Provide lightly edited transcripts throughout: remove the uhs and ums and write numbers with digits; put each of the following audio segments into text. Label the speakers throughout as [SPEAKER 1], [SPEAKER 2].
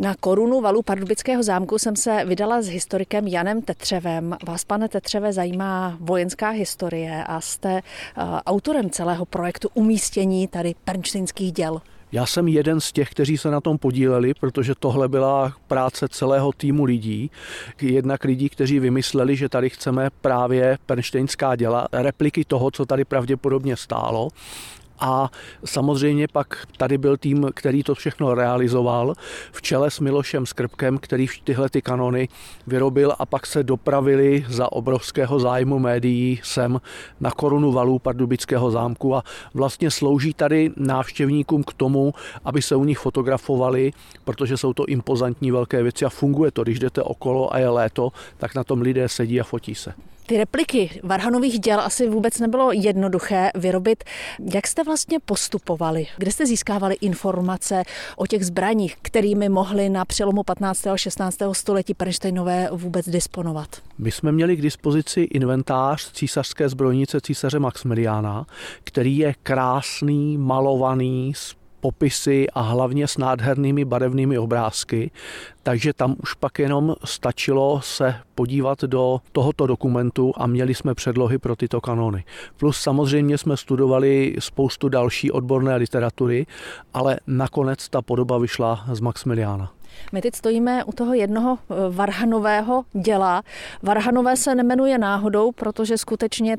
[SPEAKER 1] Na korunu valů Pardubického zámku jsem se vydala s historikem Janem Tetřevem. Vás, pane Tetřeve, zajímá vojenská historie a jste autorem celého projektu umístění tady pernštejnských děl.
[SPEAKER 2] Já jsem jeden z těch, kteří se na tom podíleli, protože tohle byla práce celého týmu lidí. Jednak lidí, kteří vymysleli, že tady chceme právě pernštejnská děla, repliky toho, co tady pravděpodobně stálo. A samozřejmě pak tady byl tým, který to všechno realizoval v čele s Milošem Skrbkem, který tyhle ty kanony vyrobil a pak se dopravili za obrovského zájmu médií sem na korunu valů Pardubického zámku a vlastně slouží tady návštěvníkům k tomu, aby se u nich fotografovali, protože jsou to impozantní velké věci a funguje to, když jdete okolo a je léto, tak na tom lidé sedí a fotí se.
[SPEAKER 1] Ty repliky varhanových děl asi vůbec nebylo jednoduché vyrobit. Jak jste vlastně postupovali? Kde jste získávali informace o těch zbraních, kterými mohli na přelomu 15. a 16. století Pernštejnové vůbec disponovat?
[SPEAKER 2] My jsme měli k dispozici inventář císařské zbrojnice císaře Maxmiliána, který je krásný, malovaný, popisy a hlavně s nádhernými barevnými obrázky, takže tam už pak jenom stačilo se podívat do tohoto dokumentu a měli jsme předlohy pro tyto kanony. Plus samozřejmě jsme studovali spoustu další odborné literatury, ale nakonec ta podoba vyšla z Maxmiliána.
[SPEAKER 1] My teď stojíme u toho jednoho varhanového děla. Varhanové se nemenuje náhodou, protože skutečně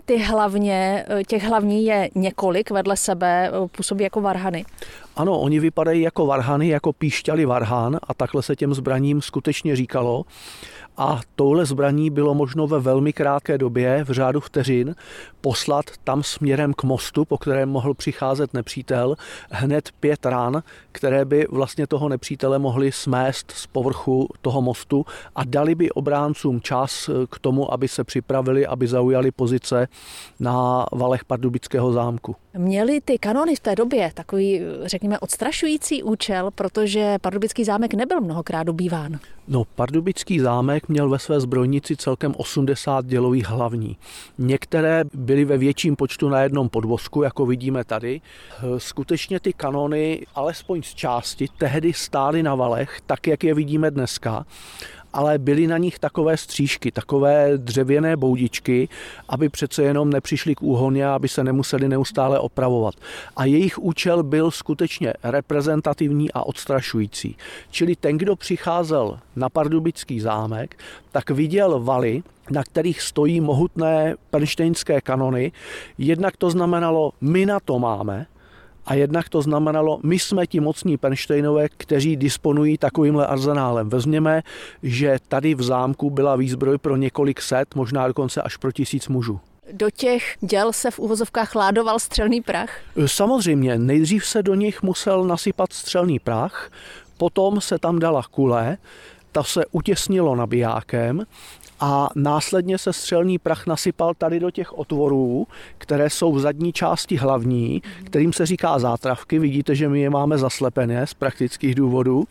[SPEAKER 1] těch hlavní je několik vedle sebe, působí jako varhany.
[SPEAKER 2] Ano, oni vypadají jako varhany, jako píšťaly varhán a takhle se těm zbraním skutečně říkalo. A touhle zbraní bylo možno ve velmi krátké době, v řádu vteřin, poslat tam směrem k mostu, po kterém mohl přicházet nepřítel, hned 5 ran, které by vlastně toho nepřítele mohly smést z povrchu toho mostu a dali by obráncům čas k tomu, aby se připravili, aby zaujali pozice na valech Pardubického zámku.
[SPEAKER 1] Měly ty kanony v té době takový, řekněme, odstrašující účel, protože Pardubický zámek nebyl mnohokrát dobýván.
[SPEAKER 2] No, Pardubický zámek měl ve své zbrojnici celkem 80 dělových hlavní. Některé byly ve větším počtu na jednom podvozku, jako vidíme tady. Skutečně ty kanony, alespoň z části, tehdy stály na valech, tak jak je vidíme dneska, ale byly na nich takové střížky, takové dřevěné boudičky, aby přece jenom nepřišli k úhoně, aby se nemuseli neustále opravovat. A jejich účel byl skutečně reprezentativní a odstrašující. Čili ten, kdo přicházel na Pardubický zámek, tak viděl valy, na kterých stojí mohutné pernštejnské kanony. Jednak to znamenalo, my na to máme, a jednak to znamenalo, my jsme ti mocní Pernštejnové, kteří disponují takovýmhle arzenálem. Vezměme, že tady v zámku byla výzbroj pro několik set, možná dokonce až pro 1000 mužů.
[SPEAKER 1] Do těch děl se v uvozovkách ládoval střelný prach?
[SPEAKER 2] Samozřejmě, nejdřív se do nich musel nasypat střelný prach, potom se tam dala kule, ta se utěsnilo nabijákem a následně se střelný prach nasypal tady do těch otvorů, které jsou v zadní části hlavní, kterým se říká zátravky. Vidíte, že my je máme zaslepené z praktických důvodů.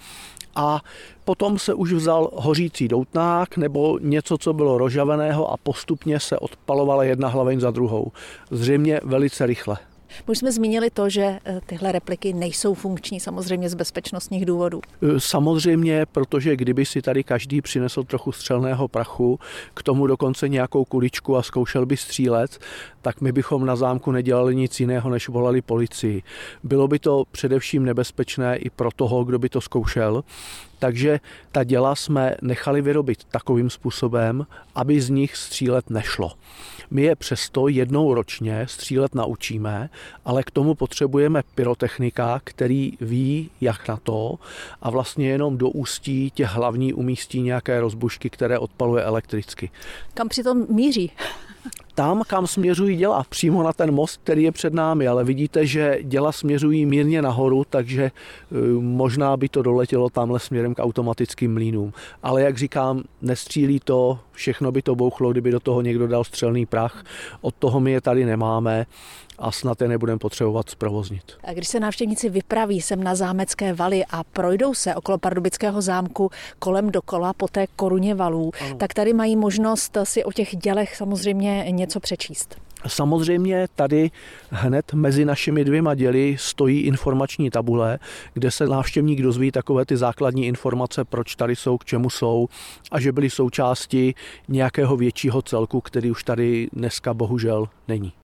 [SPEAKER 2] A potom se už vzal hořící doutnák nebo něco, co bylo rozžaveného a postupně se odpalovala jedna hlaveň za druhou. Zřejmě velice rychle.
[SPEAKER 1] My už jsme zmínili to, že tyhle repliky nejsou funkční, samozřejmě z bezpečnostních důvodů.
[SPEAKER 2] Samozřejmě, protože kdyby si tady každý přinesl trochu střelného prachu, k tomu dokonce nějakou kuličku a zkoušel by střílet, tak my bychom na zámku nedělali nic jiného, než volali policii. Bylo by to především nebezpečné i pro toho, kdo by to zkoušel. Takže ta děla jsme nechali vyrobit takovým způsobem, aby z nich střílet nešlo. My je přesto jednou ročně střílet naučíme, ale k tomu potřebujeme pyrotechnika, který ví, jak na to a vlastně jenom do ústí těch hlavní umístí nějaké rozbušky, které odpaluje elektricky.
[SPEAKER 1] Kam přitom míří?
[SPEAKER 2] Tam, kam směřují děla, přímo na ten most, který je před námi, ale vidíte, že děla směřují mírně nahoru, takže možná by to doletělo tamhle směrem k automatickým mlýnům. Ale jak říkám, nestřílí to, všechno by to bouchlo, kdyby do toho někdo dal střelný prach. Od toho my je tady nemáme a snad je nebudeme potřebovat zprovoznit.
[SPEAKER 1] A když se návštěvníci vypraví sem na zámecké valy a projdou se okolo Pardubického zámku kolem dokola po té koruně valů, tak tady mají možnost si o těch dělech samozřejmě něco přečíst.
[SPEAKER 2] Samozřejmě tady hned mezi našimi 2 děly stojí informační tabule, kde se návštěvník dozví takové ty základní informace, proč tady jsou, k čemu jsou a že byly součástí nějakého většího celku, který už tady dneska bohužel není.